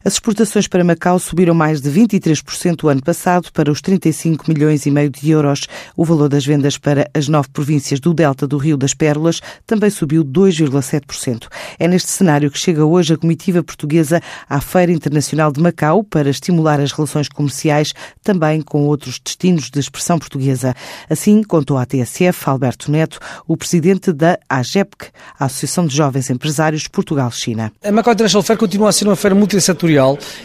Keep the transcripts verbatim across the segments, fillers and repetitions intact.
As exportações para Macau subiram mais de vinte e três por cento o ano passado para os trinta e cinco milhões e meio de euros. O valor das vendas para as nove províncias do Delta do Rio das Pérolas também subiu dois vírgula sete por cento. É neste cenário que chega hoje a comitiva portuguesa à Feira Internacional de Macau para estimular as relações comerciais também com outros destinos de expressão portuguesa. Assim, contou à T S F Alberto Neto, o presidente da A G E P C, a Associação de Jovens Empresários Portugal-China. A Macau International Fair continua a ser uma feira multissetorial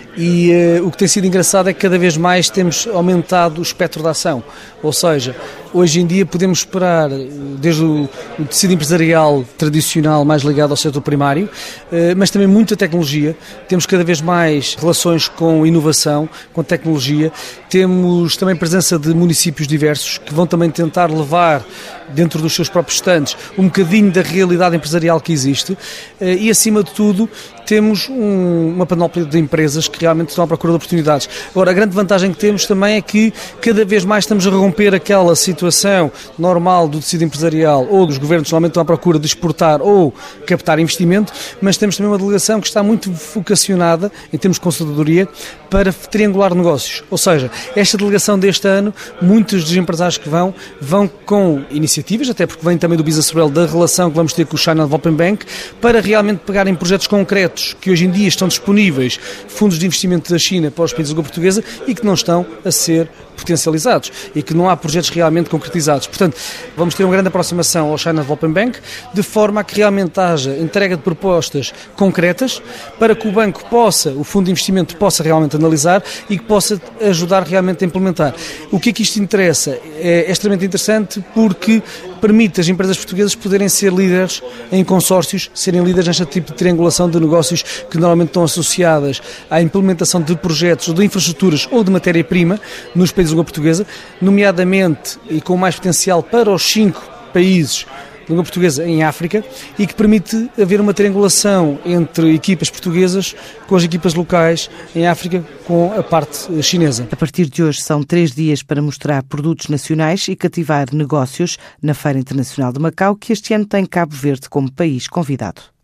e uh, o que tem sido engraçado é que cada vez mais temos aumentado o espectro de ação, ou seja, hoje em dia podemos esperar desde o, o tecido empresarial tradicional mais ligado ao setor primário, uh, mas também muita tecnologia, temos cada vez mais relações com inovação, com tecnologia, temos também presença de municípios diversos que vão também tentar levar dentro dos seus próprios stands um bocadinho da realidade empresarial que existe uh, e acima de tudo temos um, uma panóplia de empresas que realmente estão à procura de oportunidades. Agora, a grande vantagem que temos também é que cada vez mais estamos a romper aquela situação normal do tecido empresarial ou dos governos que normalmente estão à procura de exportar ou captar investimento, mas temos também uma delegação que está muito vocacionada, em termos de consultadoria, para triangular negócios. Ou seja, esta delegação deste ano, muitos dos empresários que vão, vão com iniciativas, até porque vem também do Business World, da relação que vamos ter com o China Development Bank, para realmente pegarem projetos concretos que hoje em dia estão disponíveis, fundos de investimento da China para os países de língua portuguesa e que não estão a ser potencializados e que não há projetos realmente concretizados. Portanto, vamos ter uma grande aproximação ao China Development Bank, de forma a que realmente haja entrega de propostas concretas para que o banco possa, o fundo de investimento possa realmente analisar e que possa ajudar realmente a implementar. O que é que isto interessa? É, é extremamente interessante porque permite às empresas portuguesas poderem ser líderes em consórcios, serem líderes neste tipo de triangulação de negócios que normalmente estão associadas à implementação de projetos ou de infraestruturas ou de matéria-prima nos países de língua portuguesa, nomeadamente e com mais potencial para os cinco países de língua portuguesa em África e que permite haver uma triangulação entre equipas portuguesas com as equipas locais em África com a parte chinesa. A partir de hoje são três dias para mostrar produtos nacionais e cativar negócios na Feira Internacional de Macau, que este ano tem Cabo Verde como país convidado.